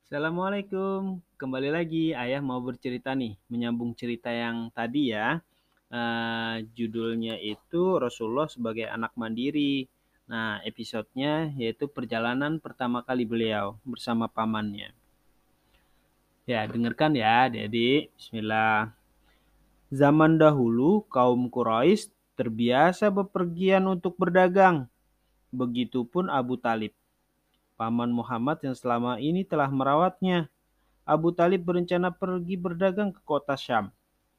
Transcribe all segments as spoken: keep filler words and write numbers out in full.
Assalamualaikum. Kembali lagi, ayah mau bercerita nih, menyambung cerita yang tadi ya. Eh, judulnya itu Rasulullah sebagai anak mandiri. Nah, episodenya yaitu perjalanan pertama kali beliau bersama pamannya. Ya, dengarkan ya, adik-adik. Bismillah. Zaman dahulu, kaum Quraisy terbiasa bepergian untuk berdagang. Begitupun Abu Talib, paman Muhammad yang selama ini telah merawatnya. Abu Talib berencana pergi berdagang ke kota Syam.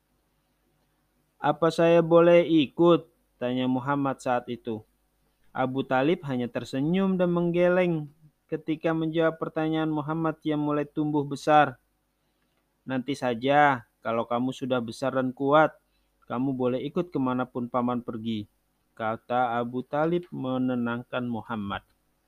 "Apa saya boleh ikut?" tanya Muhammad saat itu. Abu Talib hanya tersenyum dan menggeleng ketika menjawab pertanyaan Muhammad yang mulai tumbuh besar. "Nanti saja, kalau kamu sudah besar dan kuat, kamu boleh ikut kemanapun paman pergi," kata Abu Talib menenangkan Muhammad.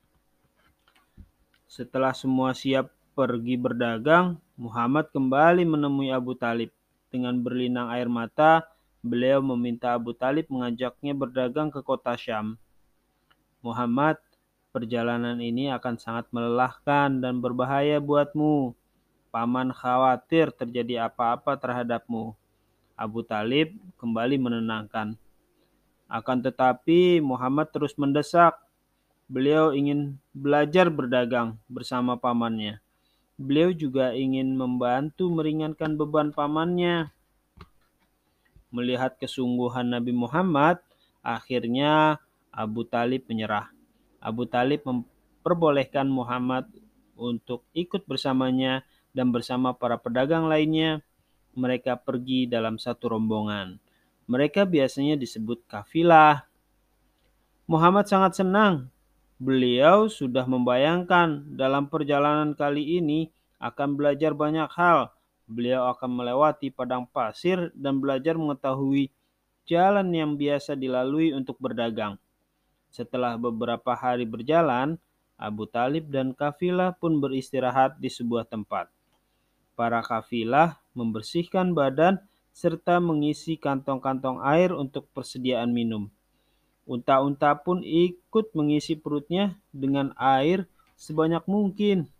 Setelah semua siap pergi berdagang, Muhammad kembali menemui Abu Talib. Dengan berlinang air mata, beliau meminta Abu Talib mengajaknya berdagang ke kota Syam. "Muhammad, perjalanan ini akan sangat melelahkan dan berbahaya buatmu. Paman khawatir terjadi apa-apa terhadapmu." Abu Talib kembali menenangkan. Akan tetapi Muhammad terus mendesak. Beliau ingin belajar berdagang bersama pamannya. Beliau juga ingin membantu meringankan beban pamannya. Melihat kesungguhan Nabi Muhammad, akhirnya Abu Talib menyerah. Abu Talib memperbolehkan Muhammad untuk ikut bersamanya dan bersama para pedagang lainnya. Mereka pergi dalam satu rombongan. Mereka biasanya disebut kafilah. Muhammad sangat senang. Beliau sudah membayangkan dalam perjalanan kali ini akan belajar banyak hal. Beliau akan melewati padang pasir dan belajar mengetahui jalan yang biasa dilalui untuk berdagang. Setelah beberapa hari berjalan, Abu Talib dan kafilah pun beristirahat di sebuah tempat. Para kafilah membersihkan badan serta mengisi kantong-kantong air untuk persediaan minum. Unta-unta pun ikut mengisi perutnya dengan air sebanyak mungkin.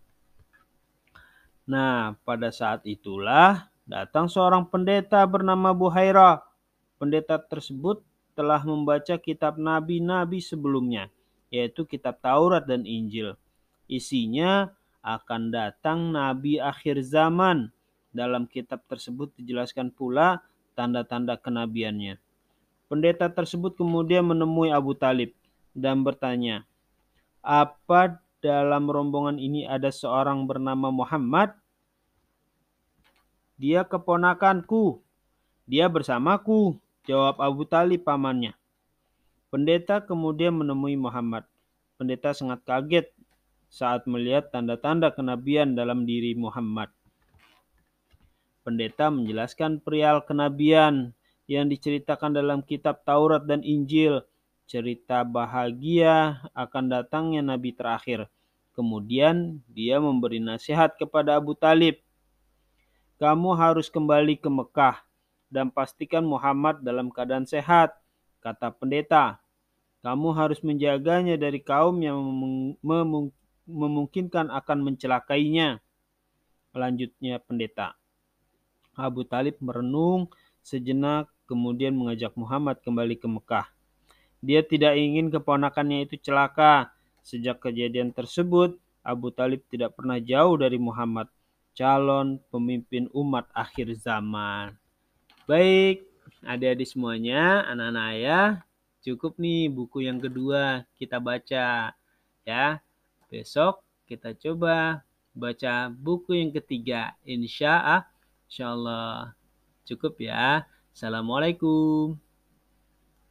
Nah, pada saat itulah datang seorang pendeta bernama Buhaira. Pendeta tersebut telah membaca kitab nabi-nabi sebelumnya, yaitu kitab Taurat dan Injil. Isinya akan datang nabi akhir zaman. Dalam kitab tersebut dijelaskan pula tanda-tanda kenabiannya. Pendeta tersebut kemudian menemui Abu Talib dan bertanya, "Apa dalam rombongan ini ada seorang bernama Muhammad?" "Dia keponakanku. Dia bersamaku," jawab Abu Talib pamannya. Pendeta kemudian menemui Muhammad. Pendeta sangat kaget saat melihat tanda-tanda kenabian dalam diri Muhammad. Pendeta menjelaskan perihal kenabian yang diceritakan dalam kitab Taurat dan Injil, cerita bahagia akan datangnya nabi terakhir. Kemudian dia memberi nasihat kepada Abu Talib, "Kamu harus kembali ke Mekah dan pastikan Muhammad dalam keadaan sehat," kata pendeta. "Kamu harus menjaganya dari kaum yang memung memungkinkan akan mencelakainya." Lanjutnya pendeta. Abu Talib merenung sejenak kemudian mengajak Muhammad kembali ke Mekah. Dia tidak ingin keponakannya itu celaka. Sejak kejadian tersebut, Abu Talib tidak pernah jauh dari Muhammad, calon pemimpin umat akhir zaman. Baik, adik-adik semuanya, anak-anak ayah, cukup nih buku yang kedua kita baca. Ya, besok kita coba baca buku yang ketiga. Insya Allah. Insya Allah. Cukup ya. Assalamualaikum.